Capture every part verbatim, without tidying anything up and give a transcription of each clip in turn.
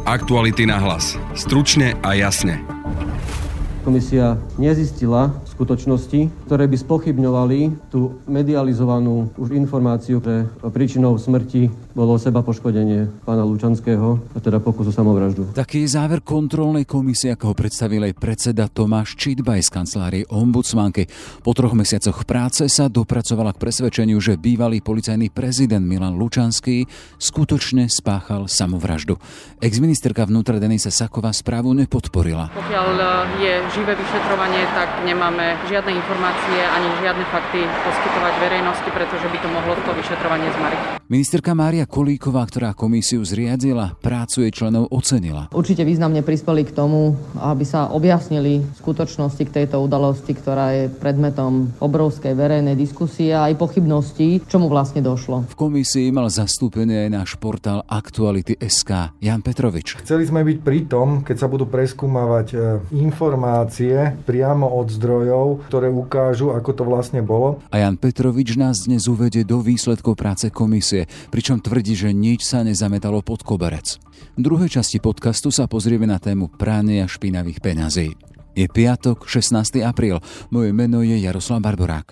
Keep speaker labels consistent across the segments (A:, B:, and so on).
A: Aktuality na hlas. Stručne a jasne.
B: Komisia nezistila skutočnosti, ktoré by spochybňovali tú medializovanú už informáciu, že príčinou smrti bolo seba poškodenie pána Lučanského, a teda pokus o samovraždu.
C: Taký je záver kontrolnej komisie, ako ho predstavil aj predseda Tomáš Čidbaj z kancelárie ombudsmanky. Po troch mesiacoch práce sa dopracovala k presvedčeniu, že bývalý policajný prezident Milan Lučanský skutočne spáchal samovraždu. Exministerka vnútra Denisa Saková správu nepodporila.
D: Pokiaľ je živé vyšetrovanie, tak nemáme žiadne informácie ani žiadne fakty poskytovať verejnosti, pretože by to mohlo to vyšetrovanie zmariť.
C: Ministerka Mária Kolíková, ktorá komisiu zriadila, prácu jej členov ocenila.
E: Určite významne prispeli k tomu, aby sa objasnili skutočnosti k tejto udalosti, ktorá je predmetom obrovskej verejnej diskusie a aj pochybností, čomu vlastne došlo.
C: V komisii mal zastúpenie aj náš portál Aktuality bodka es ká. Jan Petrovič.
F: Chceli sme byť pri tom, keď sa budú preskúmavať informácie priamo od zdrojov, ktoré ukážu, ako to vlastne bolo.
C: A Jan Petrovič nás dnes uvedie do výsledkov práce komisie, pričom tvrdí, že nič sa nezametalo pod koberec. V druhej časti podcastu sa pozrieme na tému prania špinavých peňazí. Je piatok, šestnásteho apríla. Moje meno je Jaroslav Barborák.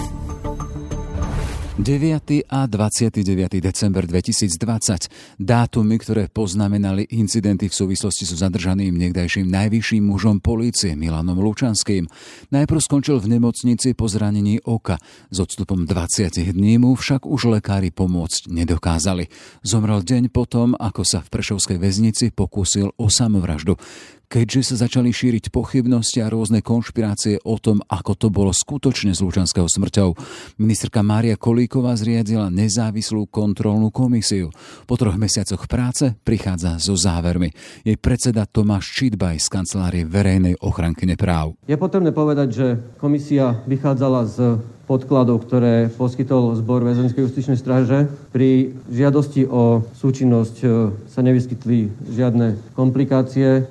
C: deviateho a dvadsiateho deviateho december dvetisícdvadsať. Dátumy, ktoré poznamenali incidenty v súvislosti so zadržaným niekdajším najvyšším mužom polície Milanom Lučanským. Najprv skončil v nemocnici po zranení oka. S odstupom dvadsať dní mu však už lekári pomôcť nedokázali. Zomrel deň potom, ako sa v prešovskej väznici pokúsil o samovraždu. Keďže sa začali šíriť pochybnosti a rôzne konšpirácie o tom, ako to bolo skutočne s Lučanského smrťou, ministerka Mária Kolíková zriadila nezávislú kontrolnú komisiu. Po troch mesiacoch práce prichádza so závermi. Jej predseda Tomáš Čidbaj z kancelárie verejnej ochrankyne práv.
B: Je potrebné povedať, že komisia vychádzala z podkladov, ktoré poskytol zbor väzenskej justičnej stráže. Pri žiadosti o súčinnosť sa nevyskytli žiadne komplikácie.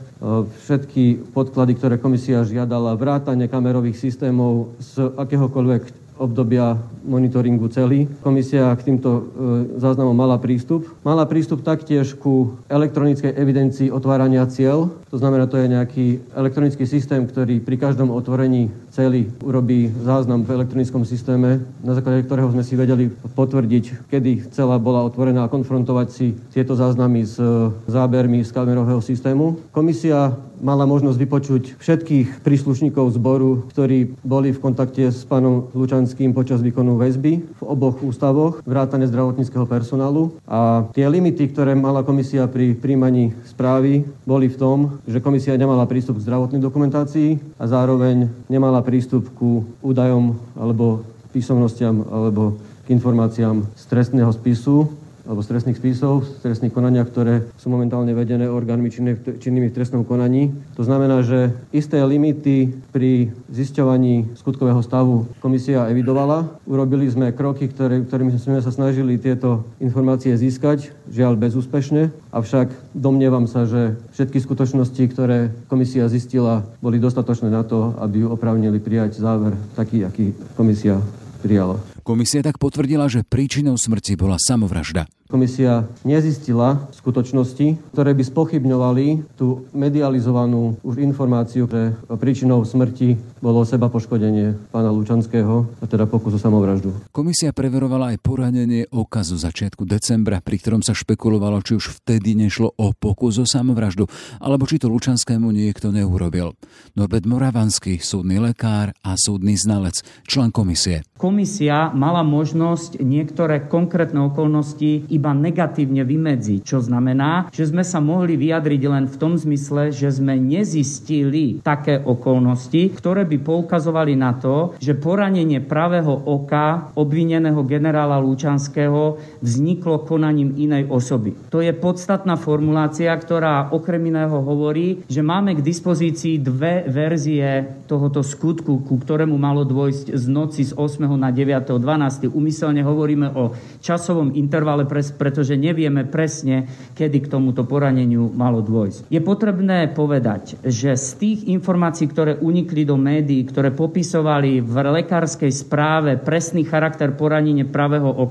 B: Všetky podklady, ktoré komisia žiadala, vrátane kamerových systémov z akéhokoľvek obdobia monitoringu celý. Komisia k týmto e, záznamom mala prístup. Mala prístup taktiež ku elektronickej evidencii otvárania ciel. To znamená, to je nejaký elektronický systém, ktorý pri každom otvorení cely urobí záznam v elektronickom systéme, na základe ktorého sme si vedeli potvrdiť, kedy cela bola otvorená a konfrontovať si tieto záznamy s zábermi z kamerového systému. Komisia mala možnosť vypočuť všetkých príslušníkov zboru, ktorí boli v kontakte s pánom Lučanským počas výkonu väzby v oboch ústavoch, vrátane zdravotníckeho personálu. A tie limity, ktoré mala komisia pri príjmaní správy, boli v tom, že komisia nemala prístup k zdravotnej dokumentácii a zároveň nemala prístup ku údajom alebo písomnostiam alebo k informáciám z trestného spisu alebo z trestných spisov, z trestných konania, ktoré sú momentálne vedené orgánmi činnými v trestnom konaní. To znamená, že isté limity pri zisťovaní skutkového stavu komisia evidovala. Urobili sme kroky, ktoré, ktorými sme sa snažili tieto informácie získať, žiaľ bezúspešne, avšak domnievam sa, že všetky skutočnosti, ktoré komisia zistila, boli dostatočné na to, aby ju oprávnili prijať záver taký, aký komisia prijala.
C: Komisia tak potvrdila, že príčinou smrti bola samovražda.
B: Komisia nezistila skutočnosti, ktoré by spochybňovali tú medializovanú už informáciu, že príčinou smrti bolo seba poškodenie pána Lučanského, a teda pokus o samovraždu.
C: Komisia preverovala aj poranenie oka zo začiatku decembra, pri ktorom sa špekulovalo, či už vtedy nešlo o pokus o samovraždu, alebo či to Lučanskému niekto neurobil. Norbert Moravanský, súdny lekár a súdny znalec, člen komisie.
G: Komisia mala možnosť niektoré konkrétne okolnosti iba negatívne vymedziť, čo znamená, že sme sa mohli vyjadriť len v tom zmysle, že sme nezistili také okolnosti, ktoré by poukazovali na to, že poranenie pravého oka obvineného generála Lučanského vzniklo konaním inej osoby. To je podstatná formulácia, ktorá okrem iného hovorí, že máme k dispozícii dve verzie tohoto skutku, ku ktorému malo dôjsť z noci z ôsmeho na deviateho dvanásteho Umyselne hovoríme o časovom intervale, pretože nevieme presne, kedy k tomuto poraneniu malo dôjsť. Je potrebné povedať, že z tých informácií, ktoré unikli do médií, ktoré popisovali v lekárskej správe presný charakter poranenia pravého oka,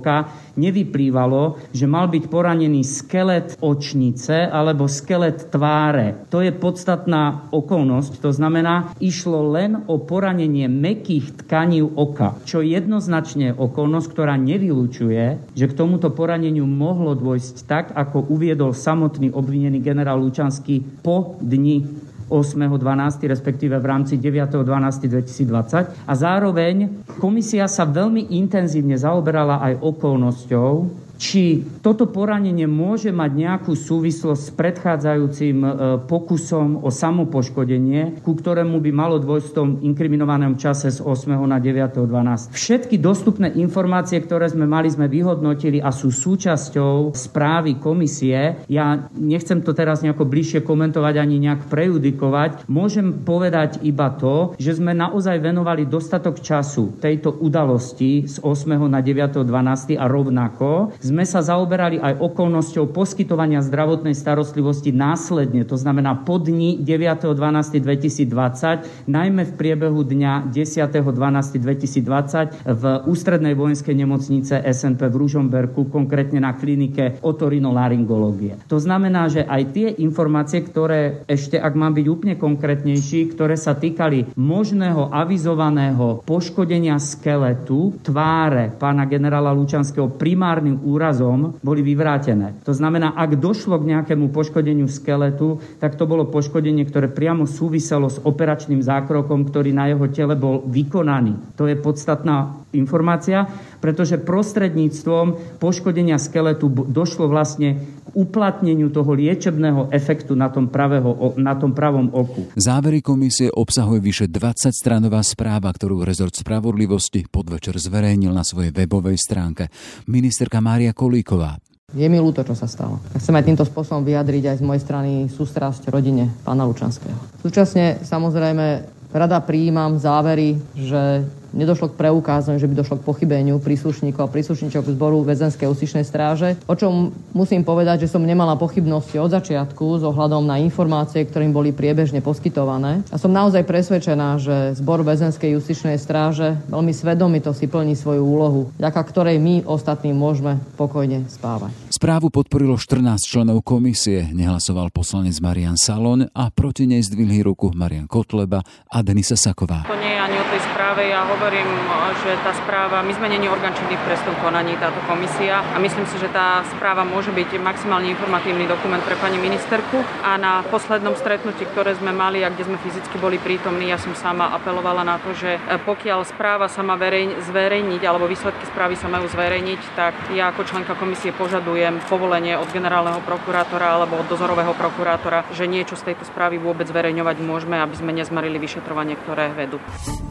G: nevyplývalo, že mal byť poranený skelet očnice alebo skelet tváre. To je podstatná okolnosť. To znamená, išlo len o poranenie mäkkých tkaní oka, čo jednoznačne je okolnosť, ktorá nevylučuje, že k tomuto poraneniu mohlo dôjsť tak, ako uviedol samotný obvinený generál Lučanský po dni ôsmeho dvanásteho respektíve v rámci deviateho dvanásteho dvetisícdvadsať. A zároveň komisia sa veľmi intenzívne zaoberala aj okolnosťou, či toto poranenie môže mať nejakú súvislosť s predchádzajúcim pokusom o samopoškodenie, ku ktorému by malo dôjsť v tom inkriminovanom čase z ôsmeho na deviateho dvanásteho Všetky dostupné informácie, ktoré sme mali, sme vyhodnotili a sú súčasťou správy komisie. Ja nechcem to teraz nejako bližšie komentovať ani nejak prejudikovať. Môžem povedať iba to, že sme naozaj venovali dostatok času tejto udalosti z ôsmeho na deviateho dvanásteho a rovnako sme sa zaoberali aj okolnosťou poskytovania zdravotnej starostlivosti následne, to znamená po dni deviateho dvanásteho dvetisícdvadsať, najmä v priebehu dňa desiateho dvanásteho dvetisícdvadsať v ústrednej vojenskej nemocnice es en pé v Ružomberku, konkrétne na klinike otorinolaryngológie. To znamená, že aj tie informácie, ktoré ešte, ak mám byť úplne konkrétnejší, ktoré sa týkali možného avizovaného poškodenia skeletu tváre pána generála Lučanského primárnym úrazom, boli vyvrátené. To znamená, ak došlo k nejakému poškodeniu skeletu, tak to bolo poškodenie, ktoré priamo súviselo s operačným zákrokom, ktorý na jeho tele bol vykonaný. To je podstatná informácia, pretože prostredníctvom poškodenia skeletu došlo vlastne k uplatneniu toho liečebného efektu na tom, pravého, na tom pravom oku.
C: Závery komisie obsahuje vyše dvadsaťstranová správa, ktorú rezort spravodlivosti podvečer zverejnil na svojej webovej stránke. Ministerka Mária Kolíková.
E: Je mi ľúto, čo sa stalo. Chcem aj týmto spôsobom vyjadriť aj z mojej strany sústrasť rodine pána Lučanského. Súčasne samozrejme rada prijímam závery, že nedošlo k preukázaniu, že by došlo k pochybeniu príslušníkov a príslušníčok zboru väzenskej justičnej stráže, o čom musím povedať, že som nemala pochybnosti od začiatku s ohľadom na informácie, ktorým boli priebežne poskytované. A som naozaj presvedčená, že zbor väzenskej justičnej stráže veľmi svedomito si plní svoju úlohu, vďaka ktorej my ostatní môžeme pokojne spávať.
C: Správu podporilo štrnásť členov komisie, nehlasoval poslanec Marian Salon a proti nej zdvihli ruku Marian Kotleba a Denisa Saková.
D: To nie je ani o tej správe, ja hovorím, že tá správa, my sme nie orgán činný v trestnom konaní, táto komisia, a myslím si, že tá správa môže byť maximálne informatívny dokument pre pani ministerku. A na poslednom stretnutí, ktoré sme mali a kde sme fyzicky boli prítomní, ja som sama apelovala na to, že pokiaľ správa sa má verej, zverejniť alebo výsledky správy sa majú zverejniť, tak ja ako členka komisie požadujem povolenie od generálneho prokurátora alebo od dozorového prokurátora, že niečo z tejto správy vôbec zverejňovať môžeme, aby sme nezmarili vyšetrovanie, ktoré vedú.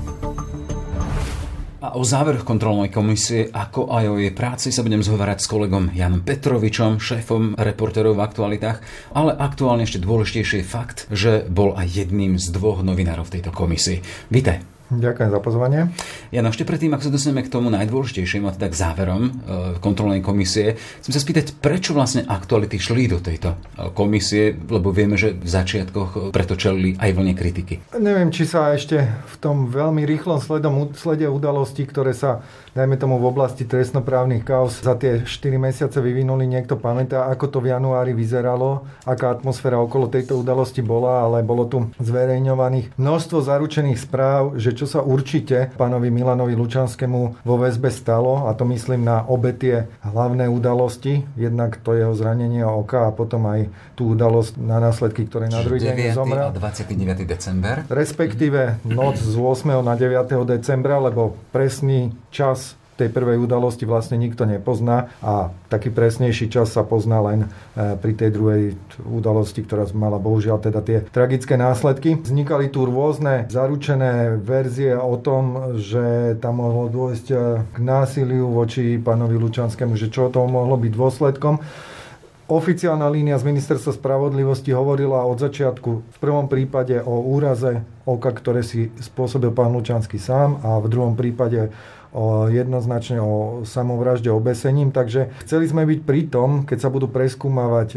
C: A o záveroch kontrolnej komisie, ako aj o jej práci sa budem zhovárať s kolegom Janom Petrovičom, šéfom Reportérov v aktualitách, ale aktuálne ešte dôležitejší je fakt, že bol aj jedným z dvoch novinárov v tejto komisii. Vítaj.
F: Ďakujem za pozvanie.
C: Ja no ešte predtým, ak sa dostaneme k tomu najdôležitejšiemu, a teda k záverom e, kontrolnej komisie, chcem sa spýtať, prečo vlastne aktuality šli do tejto komisie, lebo vieme, že v začiatkoch preto čelili aj vlne kritiky.
F: Neviem, či sa ešte v tom veľmi rýchlom sledom, slede udalostí, ktoré sa, dajme tomu, v oblasti trestnoprávnych kauz za tie štyri mesiace vyvinuli, niekto pamätá, ako to v januári vyzeralo, aká atmosféra okolo tejto udalosti bola, ale bolo tu zverejňovaných množstvo zaručených správ, že čo sa určite pánovi Milanovi Lučanskému vo väzbe stalo, a to myslím na obe tie hlavné udalosti, jednak to jeho zranenie oka a potom aj tú udalosť na následky, ktoré na druhý deň zomrel.
C: a dvadsiateho deviateho december.
F: Respektíve noc z ôsmeho na deviateho decembra, lebo presný čas tej prvej udalosti vlastne nikto nepozná a taký presnejší čas sa pozná len pri tej druhej udalosti, ktorá mala bohužiaľ teda tie tragické následky. Vznikali tu rôzne zaručené verzie o tom, že tam mohlo dôjsť k násiliu voči pánovi Lučanskému, že čo to mohlo byť dôsledkom. Oficiálna línia z Ministerstva spravodlivosti hovorila od začiatku v prvom prípade o úraze oka, ktoré si spôsobil pán Lučanský sám, a v druhom prípade o jednoznačne o samovražde obesením, takže chceli sme byť pri tom, keď sa budú preskúmavať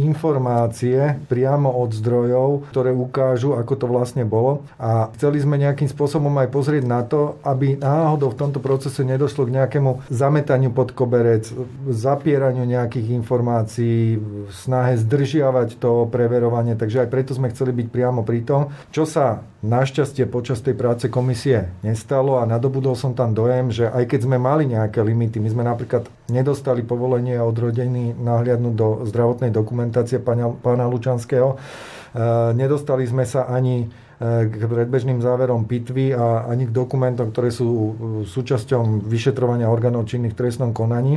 F: informácie priamo od zdrojov, ktoré ukážu, ako to vlastne bolo, a chceli sme nejakým spôsobom aj pozrieť na to, aby náhodou v tomto procese nedošlo k nejakému zametaniu pod koberec, zapieraniu nejakých informácií, snahe zdržiavať to preverovanie, takže aj preto sme chceli byť priamo pri tom, čo sa našťastie počas tej práce komisie nestalo, a nadobudol som tam dojem, že aj keď sme mali nejaké limity, my sme napríklad nedostali povolenie od rodiny nahliadnúť do zdravotnej dokumentácie pána, pána Lučanského, e, nedostali sme sa ani k predbežným záverom pitvy a ani k dokumentom, ktoré sú súčasťou vyšetrovania orgánov činných v trestnom konaní,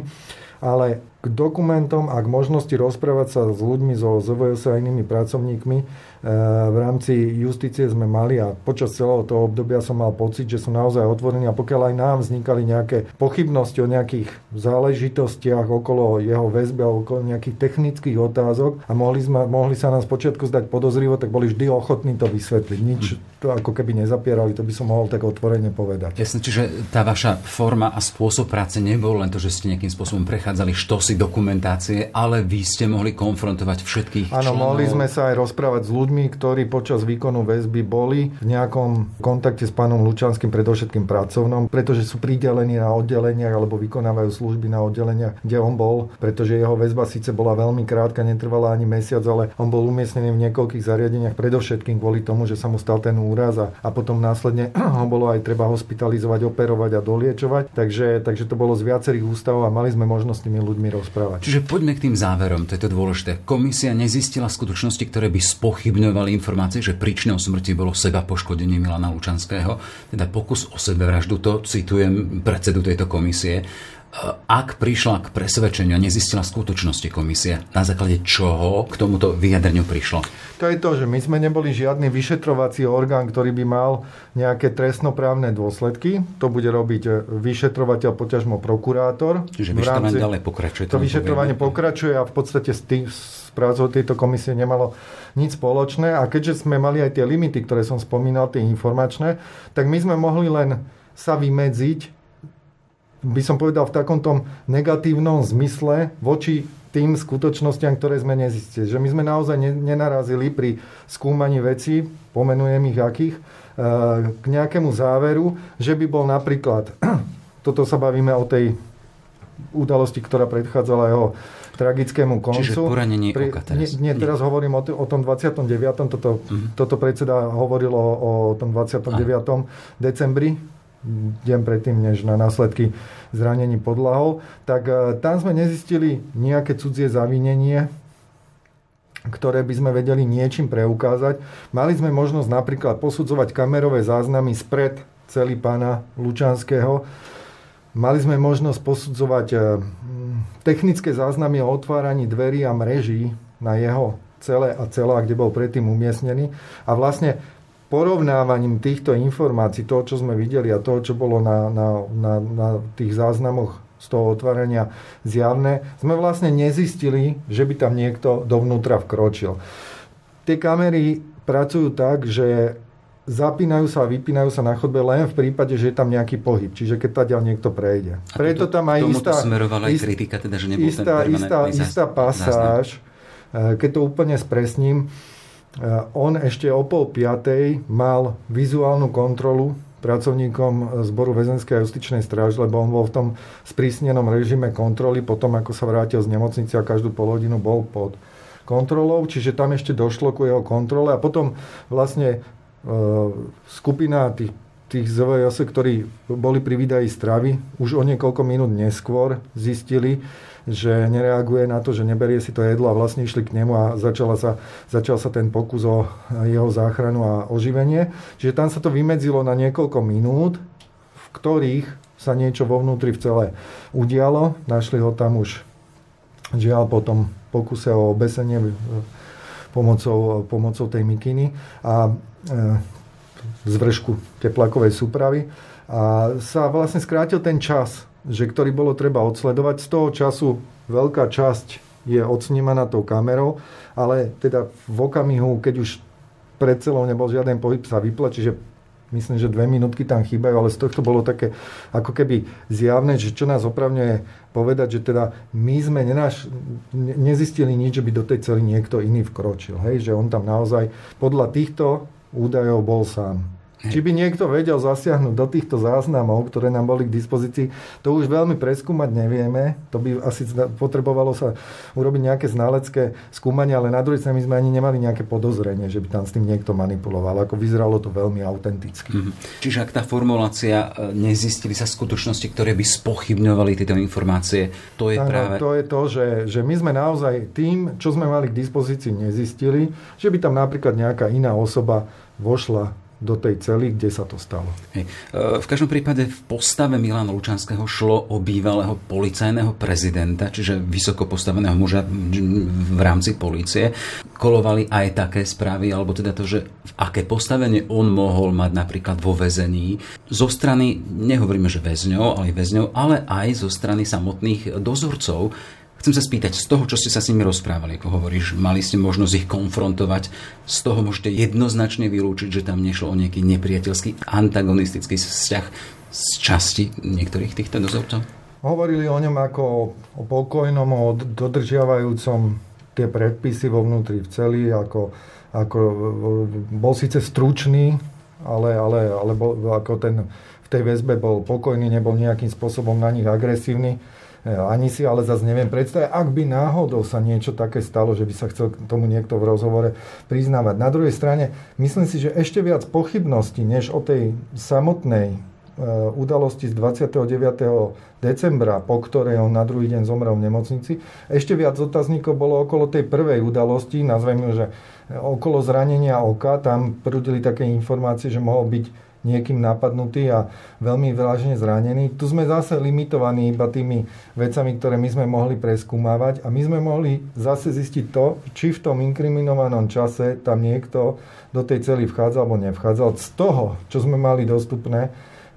F: ale k dokumentom a k možnosti rozprávať sa s ľuďmi zo zet vé es a inými pracovníkmi v rámci justície sme mali, a počas celého toho obdobia som mal pocit, že sú naozaj otvorení, a pokiaľ aj nám vznikali nejaké pochybnosti o nejakých záležitostiach okolo jeho väzby a okolo nejakých technických otázok a mohli, sme, mohli sa nám spočiatku zdať podozrivo, tak boli vždy ochotní to vysvetliť. Nič to ako keby nezapierali, to by som mohol tak otvorene povedať.
C: Jasne, čiže tá vaša forma a spôsob práce nebol len to, že ste nejakým spôsobom prechádzali štosy dokumentácie, ale vy ste mohli konfrontovať všetkých členov.
F: Áno, mohli sme sa aj rozprávať s ľuďmi, ktorí počas výkonu väzby boli v nejakom kontakte s pánom Lučanským, predovšetkým pracovnom, pretože sú pridelení na oddeleniach alebo vykonávajú služby na oddeleniach, kde on bol, pretože jeho väzba síce bola veľmi krátka, netrvala ani mesiac, ale on bol umiestnený v niekoľkých zariadeniach, predovšetkým kvôli tomu, že sa mu stal ten úraz, a, a potom následne ho bolo aj treba hospitalizovať, operovať a doliečovať. Takže, takže to bolo z viacerých ústavov a mali sme možnosť s tými ľuďmi rozprávať.
C: Čiže poďme k tým záverom, to je to dôležité. Komisia nezistila skutočnosti, ktoré by spochybňovali informácie, že príčinou smrti bolo seba poškodenie Milana Lučanského, teda pokus o sebevraždu, to citujem predsedu tejto komisie. Ak prišla k presvedčeniu a nezistila skutočnosti komisia, na základe čoho k tomuto vyjadreniu prišlo?
F: To je to, že my sme neboli žiadny vyšetrovací orgán, ktorý by mal nejaké trestnoprávne dôsledky. To bude robiť vyšetrovateľ, poťažmo prokurátor.
C: Čiže vyšetrovanie ďalej pokračuje.
F: To vyšetrovanie pokračuje a v podstate s tým s prácou tejto komisie nemalo nič spoločné. A keďže sme mali aj tie limity, ktoré som spomínal, tie informačné, tak my sme mohli len sa vymedziť, by som povedal, v takomto negatívnom zmysle voči tým skutočnostiam, ktoré sme nezistili. Že my sme naozaj nenarazili pri skúmaní vecí, pomenujem ich akých, k nejakému záveru, že by bol napríklad, toto sa bavíme o tej udalosti, ktorá predchádzala jeho tragickému koncu.
C: Čiže poranenie oka teraz.
F: Nie, nie, teraz hovorím o, t- o tom dvadsiatom deviatom Toto, uh-huh. toto predseda hovoril o, o tom dvadsiatom deviatom decembri, deň predtým, než na následky zranení podľahol, tak tam sme nezistili nejaké cudzie zavinenie, ktoré by sme vedeli niečím preukázať. Mali sme možnosť napríklad posudzovať kamerové záznamy spred cely pána Lučanského. Mali sme možnosť posudzovať technické záznamy o otváraní dverí a mreží na jeho cele a celách, kde bol predtým umiestnený. A vlastne porovnávaním týchto informácií, toho, čo sme videli a toho, čo bolo na, na, na, na tých záznamoch z toho otvárania zjavné, sme vlastne nezistili, že by tam niekto dovnútra vkročil. Tie kamery pracujú tak, že zapínajú sa a vypínajú sa na chodbe len v prípade, že je tam nejaký pohyb. Čiže keď tadiaľ niekto prejde.
C: A Preto tam aj istá, smerovala aj kritika, teda, že nebol
F: istá,
C: ten
F: istá, istá pasáž, záznam. Keď to úplne spresním, on ešte o pol piatej mal vizuálnu kontrolu pracovníkom zboru väzenskej a justičnej stráže, lebo on bol v tom sprísnenom režime kontroly, potom ako sa vrátil z nemocnice a každú pol hodinu bol pod kontrolou, čiže tam ešte došlo ku jeho kontrole a potom vlastne e, skupina tých, tých zet vé es, ktorí boli pri výdaji stravy, už o niekoľko minút neskôr zistili, že nereaguje na to, že neberie si to jedlo a vlastne išli k nemu a začala sa, začal sa ten pokus o jeho záchranu a oživenie. Čiže tam sa to vymedzilo na niekoľko minút, v ktorých sa niečo vo vnútri v celé udialo. Našli ho tam už žiaľ po tom pokuse o obesenie pomocou, pomocou tej mikiny a e, z vršku teplákovej súpravy. A sa vlastne skrátil ten čas, že ktorý bolo treba odsledovať. Z toho času veľká časť je odsnímaná tou kamerou, ale teda v okamihu, keď už pred celou nebol žiaden pohyb, sa vypla, čiže Myslím, že dve minútky tam chýbajú, ale z tohto bolo také ako keby zjavné, že čo nás opravňuje povedať, že teda my sme nenaš, nezistili nič, že by do tej cely niekto iný vkročil. Hej? Že on tam naozaj podľa týchto údajov bol sám. Či by niekto vedel zasiahnuť do týchto záznamov, ktoré nám boli k dispozícii, to už veľmi preskúmať nevieme. To by asi potrebovalo sa urobiť nejaké znalecké skúmanie, ale na druhej strane my sme ani nemali nejaké podozrenie, že by tam s tým niekto manipuloval. Ako vyzeralo to veľmi autenticky.
C: Mm-hmm. Čiže ak tá formulácia, nezistili sa skutočnosti, ktoré by spochybňovali tieto informácie, to je
F: ano,
C: práve...
F: To je to, že, že my sme naozaj tým, čo sme mali k dispozícii, nezistili, že by tam napríklad nejaká iná osoba vošla do tej cely, kde sa to stalo.
C: Hej. V každom prípade v postave Milana Lučanského šlo o bývalého policajného prezidenta, čiže vysoko postaveného muža v rámci polície. Kolovali aj také správy, alebo teda to, že v aké postavenie on mohol mať napríklad vo väzení. Zo strany, nehovoríme, že väzňov, ale väzňov, ale aj zo strany samotných dozorcov. Chcem sa spýtať, z toho, čo ste sa s nimi rozprávali, ako hovoríš, mali ste možnosť ich konfrontovať, z toho môžete jednoznačne vylúčiť, že tam nešlo o nejaký nepriateľský, antagonistický vzťah z časti niektorých týchto dozorcov?
F: Hovorili o ňom ako o pokojnom, o dodržiavajúcom tie predpisy vo vnútri v celi, ako, ako bol síce stručný, ale, ale, ale bol, ako ten v tej väzbe bol pokojný, nebol nejakým spôsobom na nich agresívny. Ani si ale zase neviem predstaviť, ak by náhodou sa niečo také stalo, že by sa chcel tomu niekto v rozhovore priznávať. Na druhej strane, myslím si, že ešte viac pochybností, než o tej samotnej udalosti z dvadsiateho deviateho decembra, po ktorej on na druhý deň zomrel v nemocnici, ešte viac otáznikov bolo okolo tej prvej udalosti, nazveme, že okolo zranenia oka, tam prúdili také informácie, že mohol byť niekým napadnutý a veľmi vážne zranený. Tu sme zase limitovaní iba tými vecami, ktoré my sme mohli preskúmavať a my sme mohli zase zistiť to, či v tom inkriminovanom čase tam niekto do tej cely vchádzal alebo nevchádzal. Z toho, čo sme mali dostupné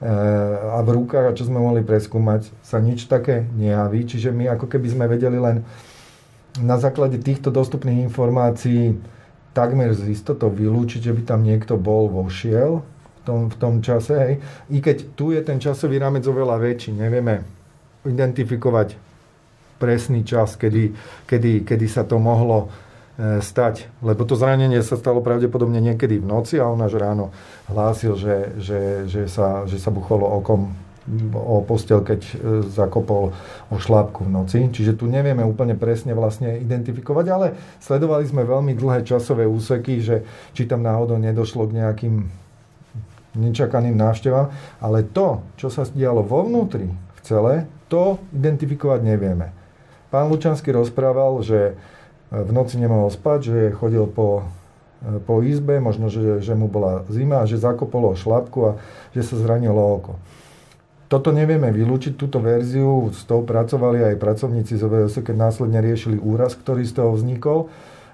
F: a v rukách a čo sme mohli preskúmať, sa nič také nejaví. Čiže my ako keby sme vedeli len na základe týchto dostupných informácií takmer z istotou vylúčiť, že by tam niekto bol, vošiel v tom čase, hej. I keď tu je ten časový rámec oveľa väčší, nevieme identifikovať presný čas, kedy, kedy, kedy sa to mohlo e, stať. Lebo to zranenie sa stalo pravdepodobne niekedy v noci a on až ráno hlásil, že, že, že, sa, že sa buchol okom o posteľ, keď e, zakopol o šlápku v noci. Čiže tu nevieme úplne presne vlastne identifikovať, ale sledovali sme veľmi dlhé časové úseky, že či tam náhodou nedošlo k nejakým nečakaným návštevám, ale to, čo sa dialo vo vnútri v cele, to identifikovať nevieme. Pán Lučanský rozprával, že v noci nemohol spať, že chodil po, po izbe, možno, že, že mu bola zima, že zakopol o šlapku a že sa zranilo oko. Toto nevieme vylúčiť, túto verziu, s tou pracovali aj pracovníci z vé es, keď následne riešili úraz, ktorý z toho vznikol.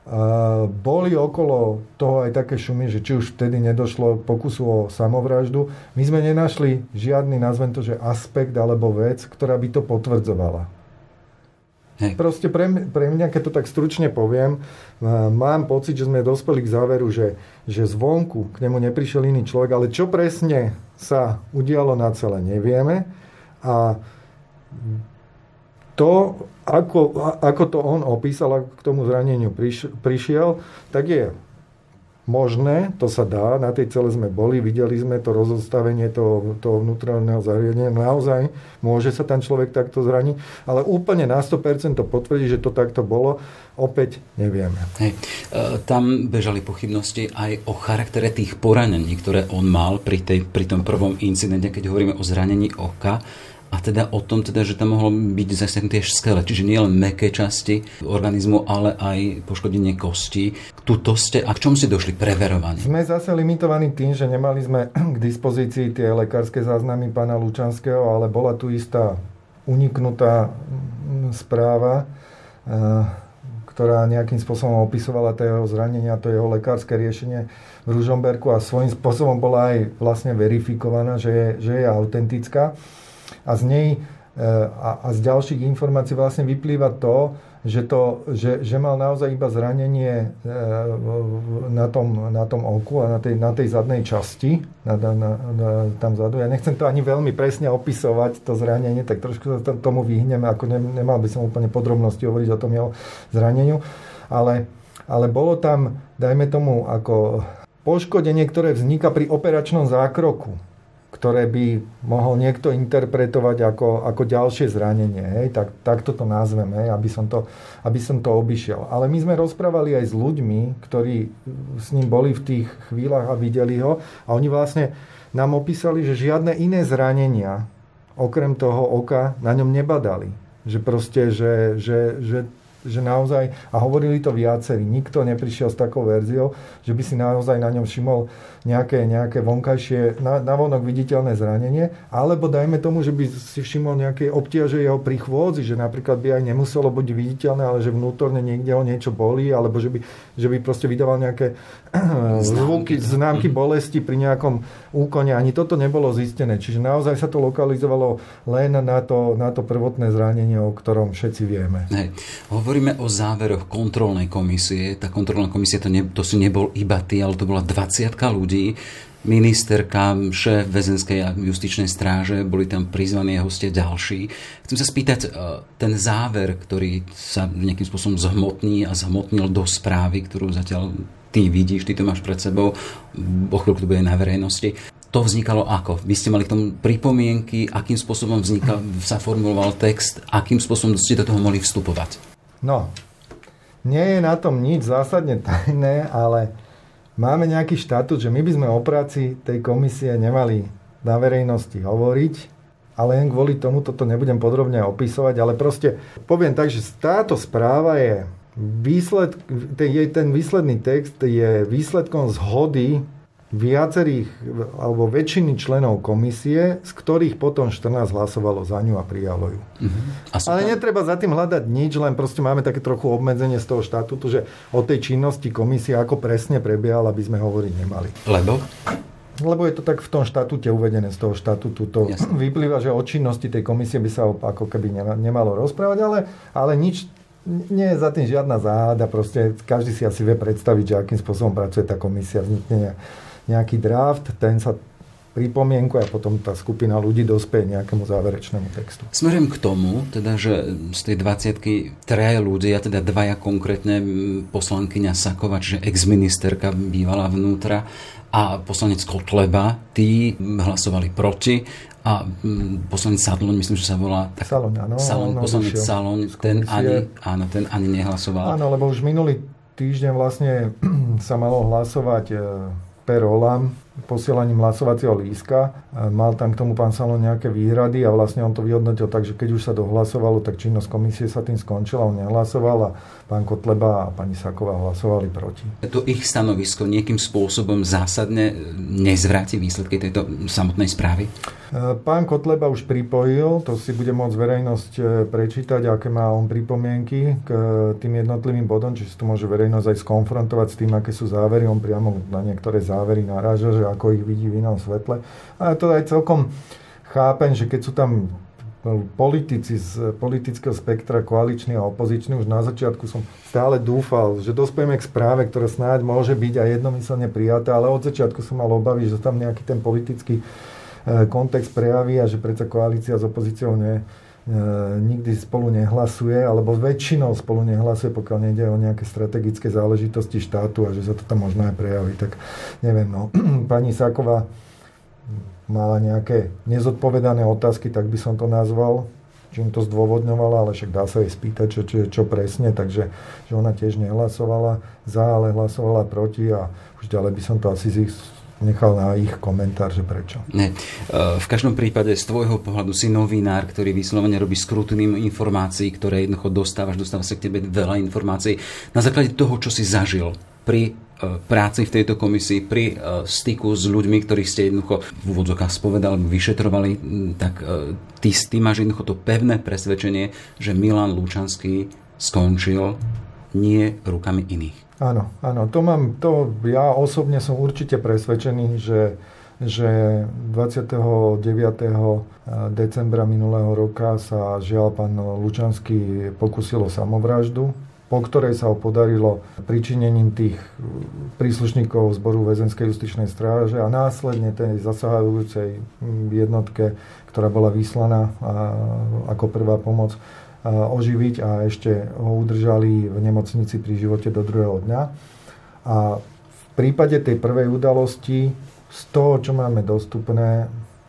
F: A boli okolo toho aj také šumy, že či už vtedy nedošlo k pokusu o samovraždu. My sme nenašli žiadny, nazvem to, že aspekt alebo vec, ktorá by to potvrdzovala. Hej. Proste pre, pre mňa, keď to tak stručne poviem, mám pocit, že sme dospeli k záveru, že, že zvonku k nemu neprišiel iný človek, ale čo presne sa udialo na celé, nevieme. A to, ako, ako to on opísal, ako k tomu zraneniu prišiel, tak je možné, to sa dá, na tej cele sme boli, videli sme to rozostavenie toho, toho vnútorného zariadenia, naozaj môže sa tam človek takto zraniť, ale úplne na sto percent to potvrdí, že to takto bolo, opäť nevieme.
C: Hej. E, tam bežali pochybnosti aj o charaktere tých poranení, ktoré on mal pri, tej, pri tom prvom incidente, keď hovoríme o zranení oka. A teda o tom, teda, že tam mohlo byť zasiahnuté skele. Čiže nie len mäkké časti organizmu, ale aj poškodenie kostí. Tuto ste, a k čomu ste došli preverovanie?
F: Sme zase limitovaní tým, že nemali sme k dispozícii tie lekárske záznamy pána Lučanského, ale bola tu istá uniknutá správa, ktorá nejakým spôsobom opisovala to jeho zranenia, to jeho lekárske riešenie v Ružomberku a svojím spôsobom bola aj vlastne verifikovaná, že je, že je autentická. A z nej a, a z ďalších informácií vlastne vyplýva to, že, to, že, že mal naozaj iba zranenie na tom, na tom oku a na tej, na tej zadnej časti, na, na, na, tam vzadu. Ja nechcem to ani veľmi presne opisovať, to zranenie, tak trošku sa tomu vyhneme, ako ne, nemal by som úplne podrobnosti hovoriť o tom jeho zraneniu, ale, ale bolo tam, dajme tomu, ako poškodenie, ktoré vzniká pri operačnom zákroku, ktoré by mohol niekto interpretovať ako, ako ďalšie zranenie. Hej? Tak, tak toto nazveme, aby som to, aby som to obišiel. Ale my sme rozprávali aj s ľuďmi, ktorí s ním boli v tých chvíľach a videli ho. A oni vlastne nám opísali, že žiadne iné zranenia, okrem toho oka, na ňom nebadali. Že proste, že... že, že že naozaj, a hovorili to viacerí, nikto neprišiel s takou verziou, že by si naozaj na ňom všimol nejaké, nejaké vonkajšie, na, navonok viditeľné zranenie, alebo dajme tomu, že by si všimol nejaké obtiaže jeho pri chôdzi, že napríklad by aj nemuselo byť viditeľné, ale že vnútorne niekde ho niečo bolí, alebo že by, že by proste vydával nejaké zvuky, známky bolesti pri nejakom úkone. Ani toto nebolo zistené. Čiže naozaj sa to lokalizovalo len na to, na to prvotné zranenie, o ktorom všetci vieme.
C: Hej. Hovoríme o záveroch kontrolnej komisie. Tá kontrolná komisia, to, ne, to si nebol iba ty, ale to bola dvadsiatka ľudí. Ministerka, šéf väzenskej a justičnej stráže, boli tam prizvaní hostia ďalší. Chcem sa spýtať, ten záver, ktorý sa nejakým spôsobom zhmotní a zhmotnil do správy, ktorú zatiaľ ty vidíš, ty to máš pred sebou, o chvíľku to bude na verejnosti. To vznikalo ako? Vy ste mali k tomu pripomienky, akým spôsobom vznikal, sa formuloval text, akým spôsobom ste do toho mohli vstupovať?
F: No, nie je na tom nič zásadne tajné, ale máme nejaký štatút, že my by sme o práci tej komisie nemali na verejnosti hovoriť, ale len kvôli tomu toto nebudem podrobne opisovať, ale proste poviem tak, že táto správa je výsled, ten výsledný text je výsledkom zhody viacerých alebo väčšiny členov komisie, z ktorých potom štrnásť hlasovalo za ňu a prijalo ju. Uh-huh. Ale netreba za tým hľadať nič, len proste máme také trochu obmedzenie z toho štatútu, že o tej činnosti komisie ako presne prebiehala, by sme hovoriť nemali.
C: Lebo?
F: Lebo je to tak v tom štatúte uvedené, z toho štatútu. To Jasne. Vyplýva, že o činnosti tej komisie by sa ako keby nemalo rozprávať, ale, ale nič nie je za tým žiadna záhada, proste každý si asi vie predstaviť, že akým spôsobom pracuje tá komisia, vznikne nejaký draft, ten sa pripomienkuje a potom tá skupina ľudí dospeje nejakému záverečnému textu.
C: Smerujem k tomu, teda, že z tej dvadsiatky traja ľudia, teda dvaja konkrétne, poslankyňa Sakovač, že ex-ministerka bývala vnútra, a poslanec Kotleba, tí hlasovali proti a poslanec Sadlon, myslím, že sa volá tak,
F: Salon, áno,
C: Salon, poslanec Salon, ten ani, áno, ten ani nehlasoval.
F: Áno, lebo už minulý týždeň vlastne sa malo hlasovať per rollam, posielaním hlasovacieho lístka. Mal tam k tomu pán Salon nejaké výhrady a vlastne on to vyhodnotil tak, že keď už sa dohlasovalo, tak činnosť komisie sa tým skončila, on nehlasoval a pán Kotleba a pani Saková hlasovali proti.
C: To ich stanovisko nejakým spôsobom zásadne nezvráti výsledky tejto samotnej správy?
F: Pán Kotleba už pripojil, to si bude môcť verejnosť prečítať, aké má on pripomienky k tým jednotlivým bodom, čiže to môže verejnosť aj skonfrontovať s tým, aké sú závery. On priamo na niektoré závery naráža, že ako ich vidí v inom svetle. A to aj celkom chápem, že keď sú tam politici z politického spektra, koaliční a opoziční, už na začiatku som stále dúfal, že dospejeme k správe, ktorá snáď môže byť aj jednomyselne prijatá, ale od začiatku som mal obavy, že tam nejaký ten politický kontext prejaví a že predsa koalícia s opozíciou ne, nikdy spolu nehlasuje, alebo väčšinou spolu nehlasuje, pokiaľ nejde o nejaké strategické záležitosti štátu a že sa to tam možno aj prejaví. Tak neviem, no. Pani Sáková mala nejaké nezodpovedané otázky, tak by som to nazval, čím to zdôvodňovala, ale však dá sa jej spýtať, čo, čo, čo presne, takže že ona tiež nehlasovala za, ale hlasovala proti a už ďalej by som to asi z ich nechal na ich komentár, že prečo.
C: Ne. V každom prípade z tvojho pohľadu si novinár, ktorý vyslovene robí skrutiny informácií, ktoré jednoducho dostávaš, dostáva sa k tebe veľa informácií. Na základe toho, čo si zažil pri práci v tejto komisii, pri styku s ľuďmi, ktorých ste jednoducho v úvodzokách spovedali, vyšetrovali, tak ty, ty máš jednoducho to pevné presvedčenie, že Milan Lučanský skončil nie rukami iných.
F: Áno, áno, to mám, to ja osobne som určite presvedčený, že, že dvadsiateho deviateho decembra minulého roka sa žiaľ pán Lučanský pokúsil o samovraždu, po ktorej sa ho podarilo pričinením tých príslušníkov zboru väzenskej justičnej stráže a následne tej zasahujúcej jednotke, ktorá bola vyslaná ako prvá pomoc, oživiť a ešte ho udržali v nemocnici pri živote do druhého dňa. A v prípade tej prvej udalosti z toho, čo máme dostupné,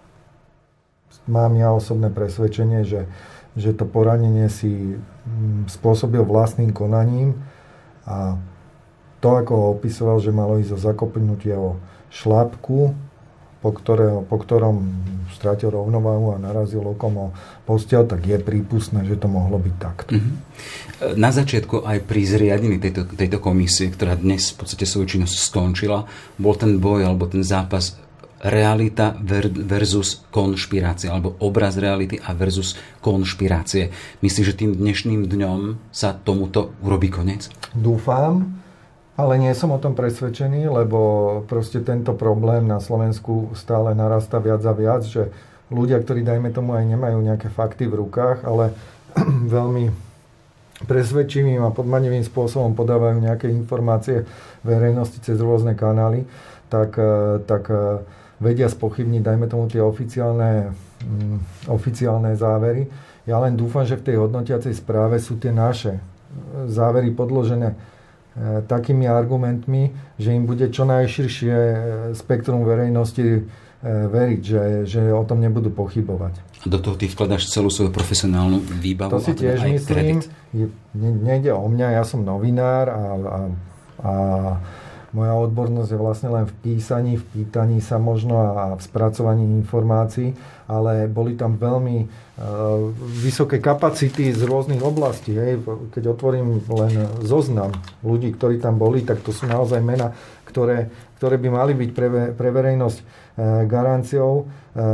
F: mám ja osobné presvedčenie, že, že to poranenie si spôsobil vlastným konaním a to, ako ho opisoval, že malo ísť o zakopnutie o šlapku, po, ktorého, po ktorom strátil rovnováhu a narazil okom o posteľ, tak je prípustné, že to mohlo byť takto.
C: Mm-hmm. Na začiatku aj pri zriadení tejto, tejto komisie, ktorá dnes v podstate svoju činnosť skončila, bol ten boj alebo ten zápas realita versus konšpirácia, alebo obraz reality a versus konšpirácie. Myslíš, že tým dnešným dňom sa tomuto urobí koniec?
F: Dúfam, ale nie som o tom presvedčený, lebo proste tento problém na Slovensku stále narastá viac a viac, že ľudia, ktorí dajme tomu aj nemajú nejaké fakty v rukách, ale veľmi presvedčivým a podmanivým spôsobom podávajú nejaké informácie verejnosti cez rôzne kanály, tak, tak vedia spochybniť, dajme tomu, tie oficiálne, um, oficiálne závery. Ja len dúfam, že v tej hodnotiacej správe sú tie naše závery podložené e, takými argumentmi, že im bude čo najširšie spektrum verejnosti e, veriť, že, že o tom nebudú pochybovať.
C: A do toho ty vkladáš celú svoju profesionálnu výbavu?
F: To si tiež teda myslím. Je, ne, nejde o mňa, ja som novinár a, a, a moja odbornosť je vlastne len v písaní, v pýtaní sa možno a v spracovaní informácií, ale boli tam veľmi e, vysoké kapacity z rôznych oblastí. Hej. Keď otvorím len zoznam ľudí, ktorí tam boli, tak to sú naozaj mená, ktoré, ktoré by mali byť pre, pre verejnosť e, garanciou. E,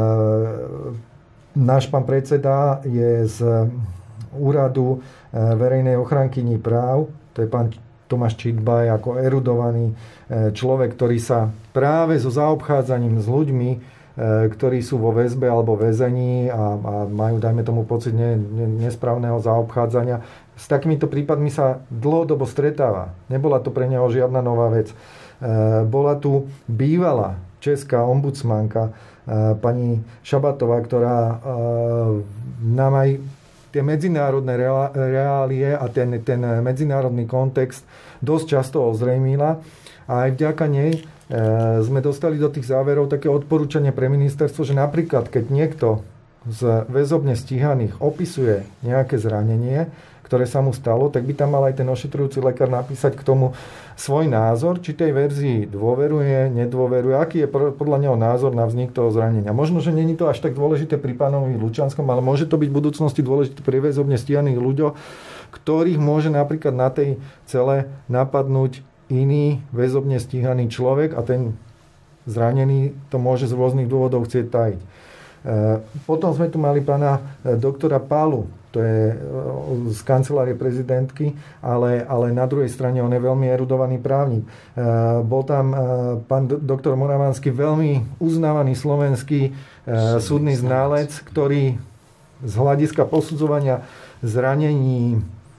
F: náš pán predseda je z úradu e, verejnej ochrankyni práv, to je pán Tomáš Čitbaj, ako erudovaný človek, ktorý sa práve so zaobchádzaním s ľuďmi, ktorí sú vo väzbe alebo väzení a, a majú, dajme tomu, pocit ne, ne, nesprávneho zaobchádzania, s takýmito prípadmi sa dlhodobo stretáva. Nebola to pre neho žiadna nová vec. Bola tu bývalá česká ombudsmanka pani Šabatová, ktorá nám aj tie medzinárodné reálie a ten, ten medzinárodný kontext dosť často ozrejmila. A aj vďaka nej e, sme dostali do tých záverov také odporúčanie pre ministerstvo, že napríklad, keď niekto z väzobne stíhaných opisuje nejaké zranenie, ktoré sa mu stalo, tak by tam mal aj ten ošetrujúci lekár napísať k tomu svoj názor, či tej verzii dôveruje, nedôveruje, aký je podľa neho názor na vznik toho zranenia. Možno, že nie je to až tak dôležité pri pánovi Lučanskom, ale môže to byť v budúcnosti dôležité pri väzobne stíhaných ľuďoch, ktorých môže napríklad na tej cele napadnúť iný väzobne stíhaný človek a ten zranený to môže z rôznych dôvodov chcieť tajiť. Potom sme tu mali pána doktora Pálu, to je z kancelárie prezidentky, ale, ale na druhej strane on je veľmi erudovaný právnik. Bol tam pán doktor Moravanský, veľmi uznávaný slovenský súdny ználec, ktorý z hľadiska posudzovania zranení,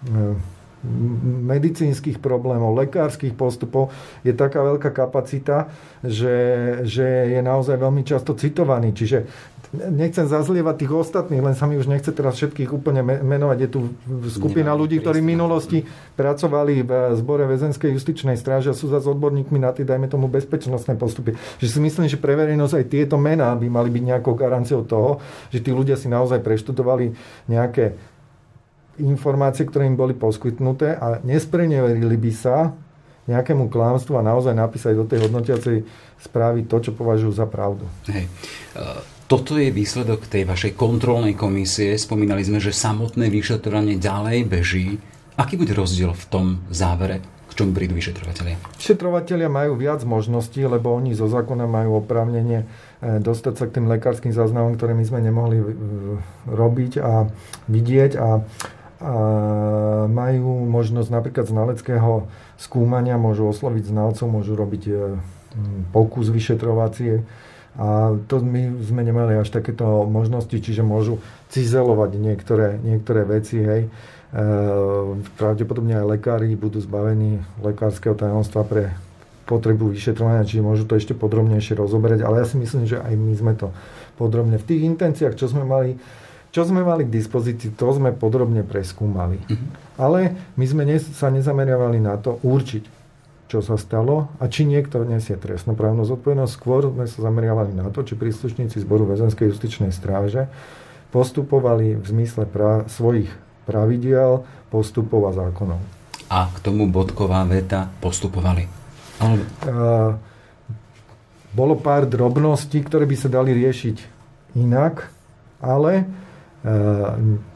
F: medicínskych problémov, lekárskych postupov je taká veľká kapacita, že, že je naozaj veľmi často citovaný. Čiže nechcem zazlievať tých ostatných, len sa mi už nechce teraz všetkých úplne menovať. Je tu skupina ľudí, ktorí v minulosti pracovali v zbore väzenskej justičnej stráže a sú zase odborníkmi na tie, dajme tomu, bezpečnostné postupy. Že si myslím, že pre verejnosť aj tieto mená by mali byť nejakou garanciou toho, že tí ľudia si naozaj preštudovali nejaké informácie, ktoré im boli poskytnuté a nespreneverili by sa nejakému klamstvu a naozaj napísať do tej hodnotiacej správy to, čo považujú za pravdu. Hej.
C: Toto je výsledok tej vašej kontrolnej komisie. Spomínali sme, že samotné vyšetrovanie ďalej beží. Aký bude rozdiel v tom závere? K čomu prídu vyšetrovatelia?
F: Vyšetrovatelia majú viac možností, lebo oni zo zákona majú oprávnenie dostať sa k tým lekárskym záznamom, ktoré my sme nemohli robiť a vidieť a a majú možnosť napríklad znaleckého skúmania, môžu osloviť znalcov, môžu robiť pokus vyšetrovacie A to my sme nemali až takéto možnosti, čiže môžu cizelovať niektoré, niektoré veci, hej. E, pravdepodobne aj lekári budú zbavení lekárskeho tajomstva pre potrebu vyšetrovania, čiže môžu to ešte podrobnejšie rozoberať, ale ja si myslím, že aj my sme to podrobne v tých intenciách, čo sme mali, čo sme mali k dispozícii, to sme podrobne preskúmali. Mm-hmm. Ale my sme ne, sa nezameriavali na to určiť, čo sa stalo a či niekto nesie trestnoprávnu zodpovednosť. Skôr sme sa zameriavali na to, či príslušníci zboru väzenskej justičnej stráže postupovali v zmysle pra- svojich pravidiel, postupov a zákonov.
C: A k tomu bodková veta postupovali? Ale...
F: Uh, bolo pár drobností, ktoré by sa dali riešiť inak, ale uh,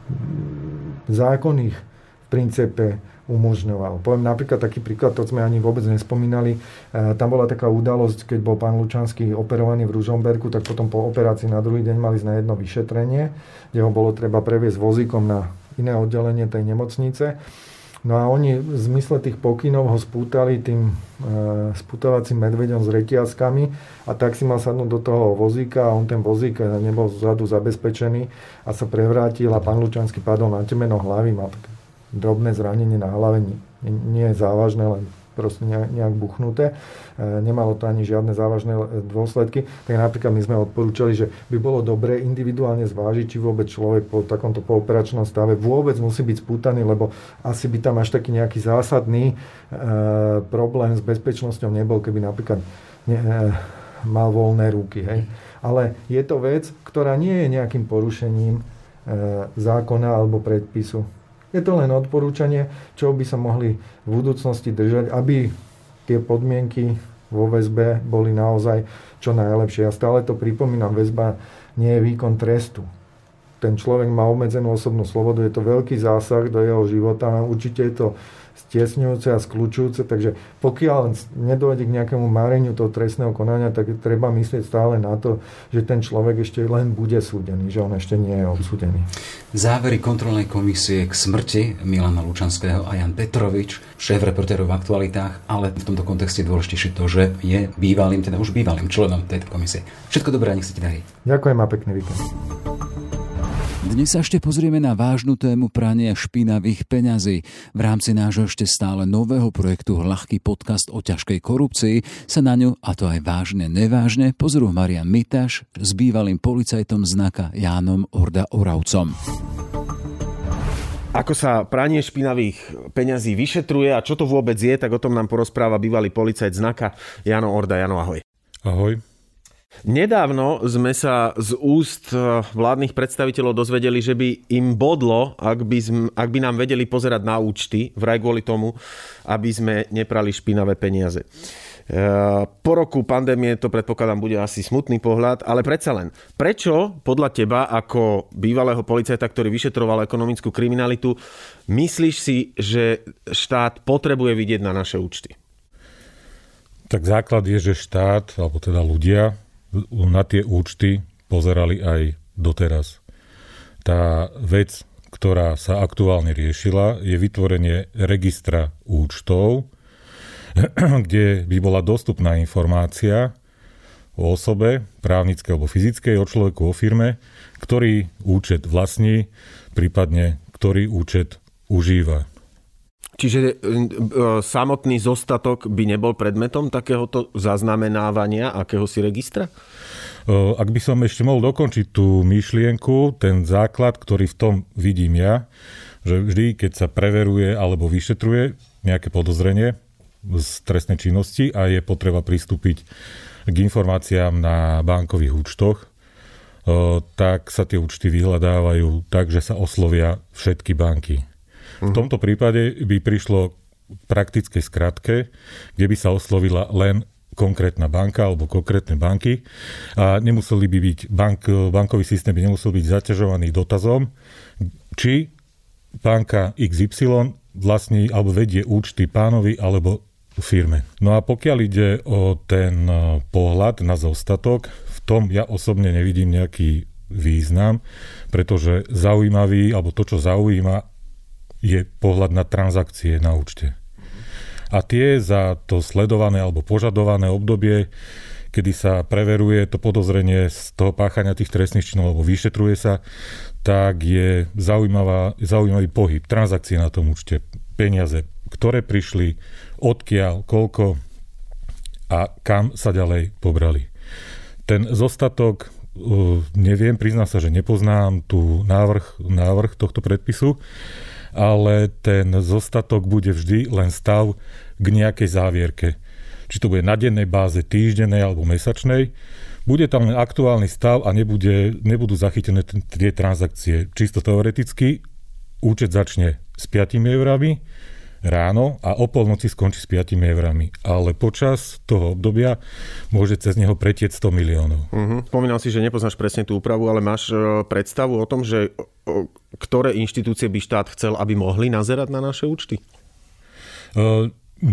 F: zákon ich v princípe umožňoval. Poviem napríklad taký príklad, to sme ani vôbec nespomínali. E, tam bola taká udalosť, keď bol pán Lučanský operovaný v Ružomberku, tak potom po operácii na druhý deň mali ísť na jedno vyšetrenie, kde ho bolo treba previesť vozíkom na iné oddelenie tej nemocnice. No a oni v zmysle tých pokynov ho spútali tým e, spútavacím medveďom s reťazkami a tak si mal sadnúť do toho vozíka a on ten vozík nebol vzadu zabezpečený a sa prevrátil a pán Lučanský padol na temeno hlavy, mal také drobné zranenie na hlave, nie, nie je závažné, len proste nejak buchnuté. E, nemalo to ani žiadne závažné dôsledky. Tak napríklad my sme odporúčali, že by bolo dobré individuálne zvážiť, či vôbec človek po takomto pooperačnom stave vôbec musí byť spútaný, lebo asi by tam až taký nejaký zásadný e, problém s bezpečnosťou nebol, keby napríklad ne, e, mal voľné ruky. Hej. Ale je to vec, ktorá nie je nejakým porušením e, zákona alebo predpisu. Je to len odporúčanie, čo by sa mohli v budúcnosti držať, aby tie podmienky vo väzbe boli naozaj čo najlepšie. Ja stále to pripomínam, väzba nie je výkon trestu. Ten človek má obmedzenú osobnú slobodu, je to veľký zásah do jeho života, určite je to stiesňujúce a skľučujúce, takže pokiaľ nedôjde k nejakému máreniu toho trestného konania, tak treba myslieť stále na to, že ten človek ešte len bude súdený, že on ešte nie je odsúdený.
C: Závery kontrolnej komisie k smrti Milana Lučanského a Jan Petrovič, šéf-reportérov v Aktualitách, ale v tomto kontexte je dôležitejšie to, že je bývalým, teda už bývalým členom tejto komisie. Všetko dobré, nech sa ti darí.
F: Ďakujem a pekný víkend.
C: Dnes sa ešte pozrieme na vážnu tému prania špinavých peňazí. V rámci nášho ešte stále nového projektu Ľahký podcast o ťažkej korupcii sa na ňu, a to aj vážne, nevážne, pozrú Marian Mitaš s bývalým policajtom Znaka Jánom Orda Oravcom.
H: Ako sa pranie špinavých peňazí vyšetruje a čo to vôbec je, tak o tom nám porozpráva bývalý policajt Znaka Jano Orda. Jano, ahoj.
I: Ahoj.
H: Nedávno sme sa z úst vládnych predstaviteľov dozvedeli, že by im bodlo, ak by, sme, ak by nám vedeli pozerať na účty, vraj kvôli tomu, aby sme neprali špinavé peniaze. Po roku pandémie to predpokladám bude asi smutný pohľad, ale predsa len. Prečo podľa teba ako bývalého policajta, ktorý vyšetroval ekonomickú kriminalitu, myslíš si, že štát potrebuje vidieť na naše účty?
I: Tak základ je, že štát, alebo teda ľudia, na tie účty pozerali aj doteraz. Tá vec, ktorá sa aktuálne riešila, je vytvorenie registra účtov, kde by bola dostupná informácia o osobe, právnickej alebo fyzickej, o človeku, o firme, ktorý účet vlastní, prípadne ktorý účet užíva.
H: Čiže e, samotný zostatok by nebol predmetom takéhoto zaznamenávania akéhosi registra?
I: Ak by som ešte mohol dokončiť tú myšlienku, ten základ, ktorý v tom vidím ja, že vždy, keď sa preveruje alebo vyšetruje nejaké podozrenie z trestnej činnosti a je potreba pristúpiť k informáciám na bankových účtoch, tak sa tie účty vyhľadávajú tak, že sa oslovia všetky banky. V tomto prípade by prišlo k praktickej skratke, kde by sa oslovila len konkrétna banka alebo konkrétne banky a nemuseli by byť, bank, bankový systém by nemusel byť zaťažovaný dotazom, či banka iks ypsilon vlastní alebo vedie účty pánovi alebo firme. No a pokiaľ ide o ten pohľad na zostatok, v tom ja osobne nevidím nejaký význam, pretože zaujímavý, alebo to, čo zaujíma, je pohľad na transakcie na účte. A tie za to sledované alebo požadované obdobie, kedy sa preveruje to podozrenie z toho páchania tých trestných činov, alebo vyšetruje sa, tak je zaujímavá, zaujímavý pohyb, transakcie na tom účte, peniaze, ktoré prišli, odkiaľ, koľko a kam sa ďalej pobrali. Ten zostatok, neviem, priznám sa, že nepoznám tu návrh, návrh tohto predpisu, ale ten zostatok bude vždy len stav k nejakej závierke. Či to bude na dennej báze, týždennej alebo mesačnej. Bude tam len aktuálny stav a nebude, nebudú zachytené t- tie transakcie. Čisto teoreticky účet začne s piatimi eurami ráno a o polnoci skončí s piatimi eurami. Ale počas toho obdobia môže cez neho pretieť sto miliónov.
H: Uh-huh. Spomínal si, že nepoznáš presne tú úpravu, ale máš predstavu o tom, že ktoré inštitúcie by štát chcel, aby mohli nazerať na naše účty?
I: Uh,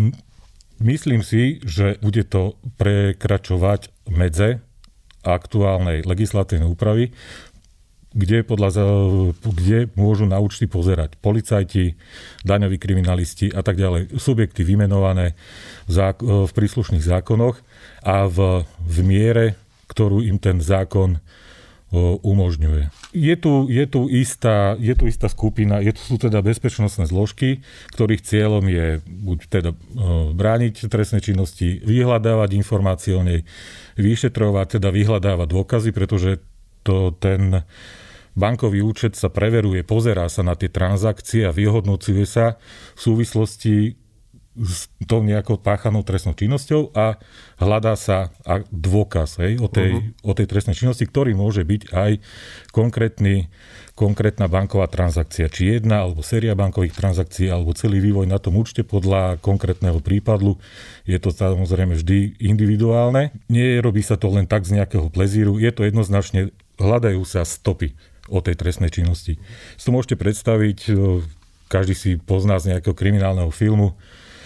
I: myslím si, že bude to prekračovať medze aktuálnej legislatívnej úpravy, kde, podľa, kde môžu na účty pozerať policajti, daňoví kriminalisti a tak ďalej. Subjekty vymenované v, zák- v príslušných zákonoch a v, v miere, ktorú im ten zákon o, umožňuje. Je tu, je, tu istá, je tu istá skupina, je tu, sú teda bezpečnostné zložky, ktorých cieľom je buď teda o, brániť trestnej činnosti, vyhľadávať informácie o nej, vyšetrovať, teda vyhľadávať dôkazy, pretože to ten bankový účet sa preveruje, pozerá sa na tie transakcie a vyhodnocuje sa v súvislosti s tou nejakou páchanou trestnou činnosťou a hľadá sa dôkaz hej, o, tej, uh-huh. o tej trestnej činnosti, ktorý môže byť aj konkrétny, konkrétna banková transakcia. Či jedna, alebo séria bankových transakcií, alebo celý vývoj na tom účte podľa konkrétneho prípadu. Je to samozrejme vždy individuálne. Nie robí sa to len tak z nejakého plezíru. Je to jednoznačne, hľadajú sa stopy o tej trestnej činnosti. Si to môžete predstaviť, každý si pozná z nejakého kriminálneho filmu.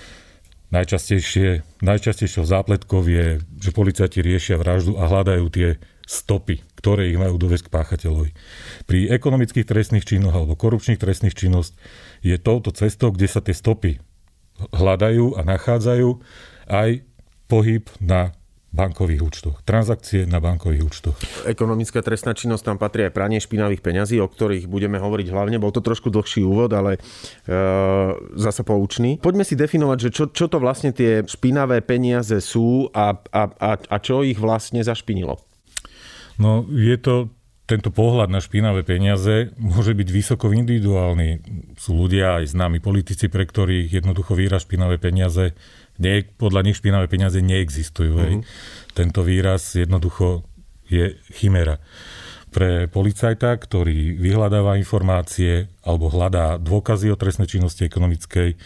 I: Najčastejšie, najčastejšou zápletkou je, že policajti riešia vraždu a hľadajú tie stopy, ktoré ich majú dovesť k páchateľovi. Pri ekonomických trestných činoch alebo korupčných trestných činnosť je touto cestou, kde sa tie stopy hľadajú a nachádzajú aj pohyb na bankových účtoch. Transakcie na bankových účtoch.
H: Ekonomická trestná činnosť, tam patrí aj pranie špinavých peňazí, o ktorých budeme hovoriť hlavne. Bol to trošku dlhší úvod, ale e, zasa poučný. Poďme si definovať, že čo, čo to vlastne tie špinavé peniaze sú a, a, a, a čo ich vlastne zašpinilo.
I: No, je to tento pohľad na špinavé peniaze môže byť vysoko individuálny. Sú ľudia aj známi politici, pre ktorých jednoducho výraz špinavé peniaze nie, podľa nich špinavé peniaze neexistujú. Uh-huh. Tento výraz jednoducho je chimera. Pre policajta, ktorý vyhľadáva informácie alebo hľadá dôkazy o trestnej činnosti ekonomickej,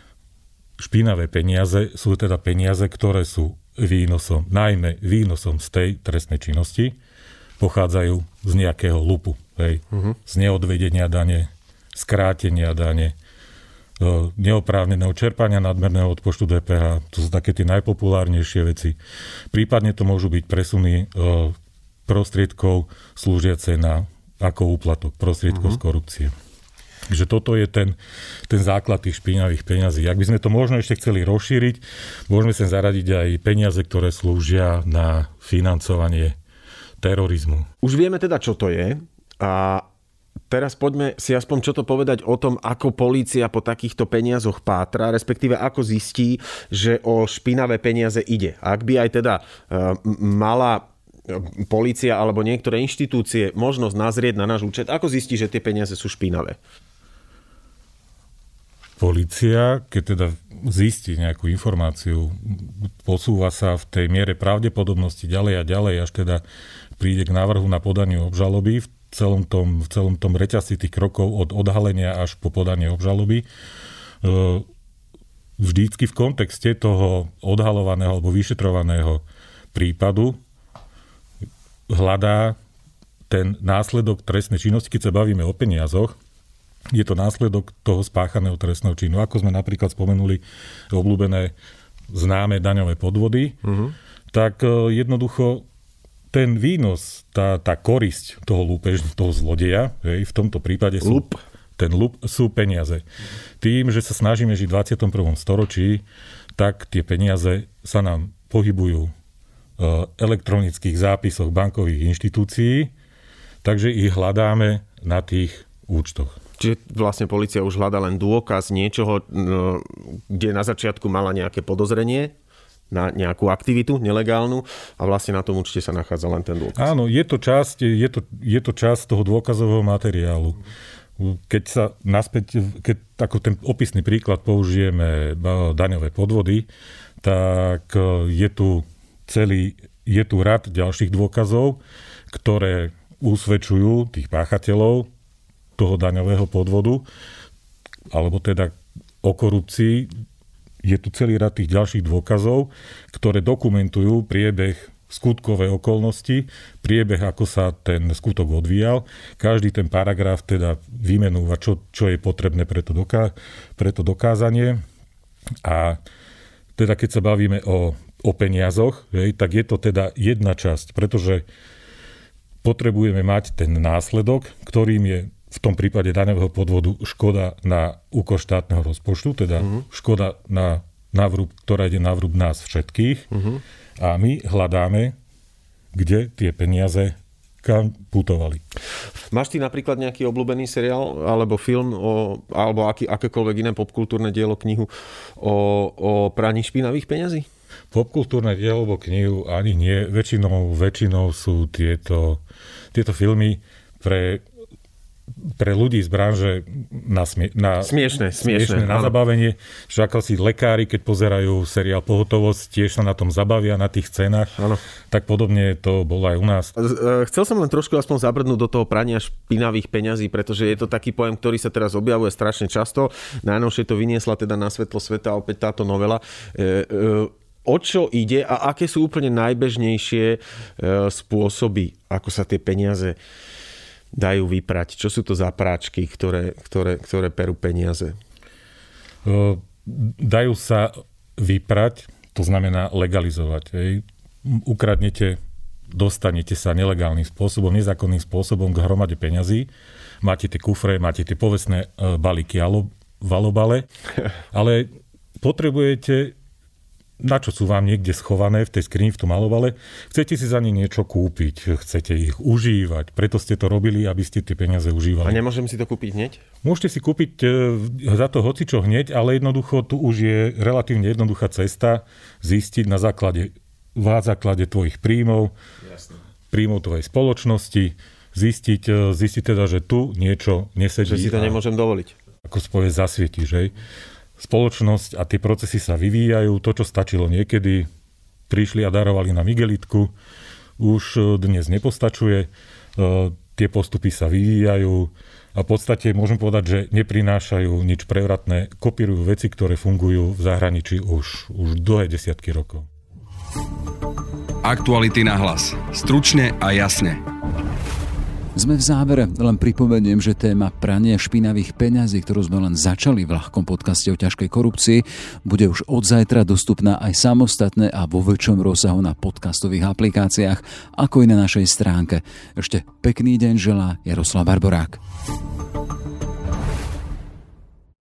I: špinavé peniaze sú teda peniaze, ktoré sú výnosom, najmä výnosom z tej trestnej činnosti, pochádzajú z nejakého lupu, hej, uh-huh. z neodvedenia dane, skrátenia dane, neoprávneného čerpania nadmerného odpočtu dé pé há. To sú také tie najpopulárnejšie veci. Prípadne to môžu byť presuny prostriedkov slúžiace na ako úplatok, prostriedkov uh-huh. z korupcie. Takže toto je ten, ten základ tých špinavých peňazí. Ak by sme to možno ešte chceli rozšíriť, môžeme sem zaradiť aj peniaze, ktoré slúžia na financovanie terorizmu.
H: Už vieme teda, čo to je a teraz poďme si aspoň čo to povedať o tom, ako polícia po takýchto peniazoch pátra, respektíve ako zistí, že o špinavé peniaze ide. Ak by aj teda e, mala polícia alebo niektoré inštitúcie možnosť nazrieť na náš účet, ako zistí, že tie peniaze sú špinavé?
I: Polícia, keď teda zistí nejakú informáciu, posúva sa v tej miere pravdepodobnosti ďalej a ďalej, až teda príde k návrhu na podanie obžaloby v celom tom, v celom tom reťazci tých krokov od odhalenia až po podanie obžaloby. Vždycky v kontexte toho odhalovaného alebo vyšetrovaného prípadu hľadá ten následok trestnej činnosti, keď sa bavíme o peniazoch, je to následok toho spáchaného trestného činu. Ako sme napríklad spomenuli obľúbené známe daňové podvody, uh-huh. tak jednoducho ten výnos, tá, tá korisť toho lúpež, toho zlodeja, hej, v tomto prípade sú, lup. ten lup sú peniaze. Tým, že sa snažíme žiť v dvadsiatom prvom storočí, tak tie peniaze sa nám pohybujú elektronických zápisoch bankových inštitúcií, takže ich hľadáme na tých účtoch.
H: Čiže vlastne polícia už hľadá len dôkaz niečoho, kde na začiatku mala nejaké podozrenie na nejakú aktivitu nelegálnu a vlastne na tom účte sa nachádza len ten dôkaz.
I: Áno, je to časť, je to, je to časť toho dôkazového materiálu. Keď sa naspäť, keď ako ten opisný príklad použijeme daňové podvody, tak je tu celý, je tu rad ďalších dôkazov, ktoré usvedčujú tých páchateľov toho daňového podvodu, alebo teda o korupcii. Je tu celý rad tých ďalších dôkazov, ktoré dokumentujú priebeh skutkové okolnosti, priebeh, ako sa ten skutok odvíjal. Každý ten paragraf teda vymenúva, čo, čo je potrebné pre to, doká- pre to dokázanie. A teda keď sa bavíme o, o peniazoch, hej, tak je to teda jedna časť, pretože potrebujeme mať ten následok, ktorým je v tom prípade daňového podvodu škoda na úkor štátneho rozpočtu, teda uh-huh. škoda na, na vrúb, ktorá ide na vrúb nás všetkých. Uh-huh. A my hľadáme, kde tie peniaze kam putovali.
H: Máš ty napríklad nejaký obľúbený seriál alebo film o, alebo aký, akékoľvek iné popkultúrne dielo, knihu o, o praní špinavých peňazí?
I: Popkultúrne dielo alebo knihu ani nie. Väčšinou, väčšinou sú tieto, tieto filmy pre pre ľudí z branže na, smie, na
H: smiešné,
I: smiešné
H: smiešné,
I: na zabavenie. Že ako si lekári, keď pozerajú seriál Pohotovosť, tiež sa na tom zabavia, na tých scénach. Áno. Tak podobne to bolo aj u nás.
H: Chcel som len trošku aspoň zabrdnúť do toho prania špinavých peňazí, pretože je to taký pojem, ktorý sa teraz objavuje strašne často. Najnovšie to vyniesla teda na svetlo sveta opäť táto novela. E, e, O čo ide a aké sú úplne najbežnejšie e, spôsoby, ako sa tie peniaze dajú vyprať? Čo sú to za práčky, ktoré, ktoré, ktoré perú peniaze?
I: Dajú sa vyprať, to znamená legalizovať. Hej. Ukradnete, dostanete sa nelegálnym spôsobom, nezákonným spôsobom k hromade peňazí. Máte tie kufre, máte tie povestné balíky v alobale, ale potrebujete, na čo sú vám niekde schované v tej skrini, v tom alobale, chcete si za ne niečo kúpiť, chcete ich užívať, preto ste to robili, aby ste tie peniaze užívali.
H: A nemôžem si to kúpiť hneď?
I: Môžete si kúpiť za to hocičo hneď, ale jednoducho tu už je relatívne jednoduchá cesta zistiť na základe, na základe tvojich príjmov, Jasne. príjmov tvojej spoločnosti, zistiť, zistiť teda, že tu niečo nesedí.
H: Že si to nemôžem dovoliť.
I: Ako spoje zasvietiš, hej. Spoločnosť a tie procesy sa vyvíjajú. To, čo stačilo niekedy, prišli a darovali nám igelitku, už dnes nepostačuje. Tie postupy sa vyvíjajú a v podstate môžem povedať, že neprinášajú nič prevratné. Kopírujú veci, ktoré fungujú v zahraničí už, už dlhé desiatky rokov.
A: Aktuality na hlas. Stručne a jasne.
C: Sme v závere, len pripomeniem, že téma prania špinavých peňazí, ktorú sme len začali v ľahkom podcaste o ťažkej korupcii, bude už od zajtra dostupná aj samostatne a vo väčšom rozsahu na podcastových aplikáciách, ako i na našej stránke. Ešte pekný deň želá Jaroslav Barborák.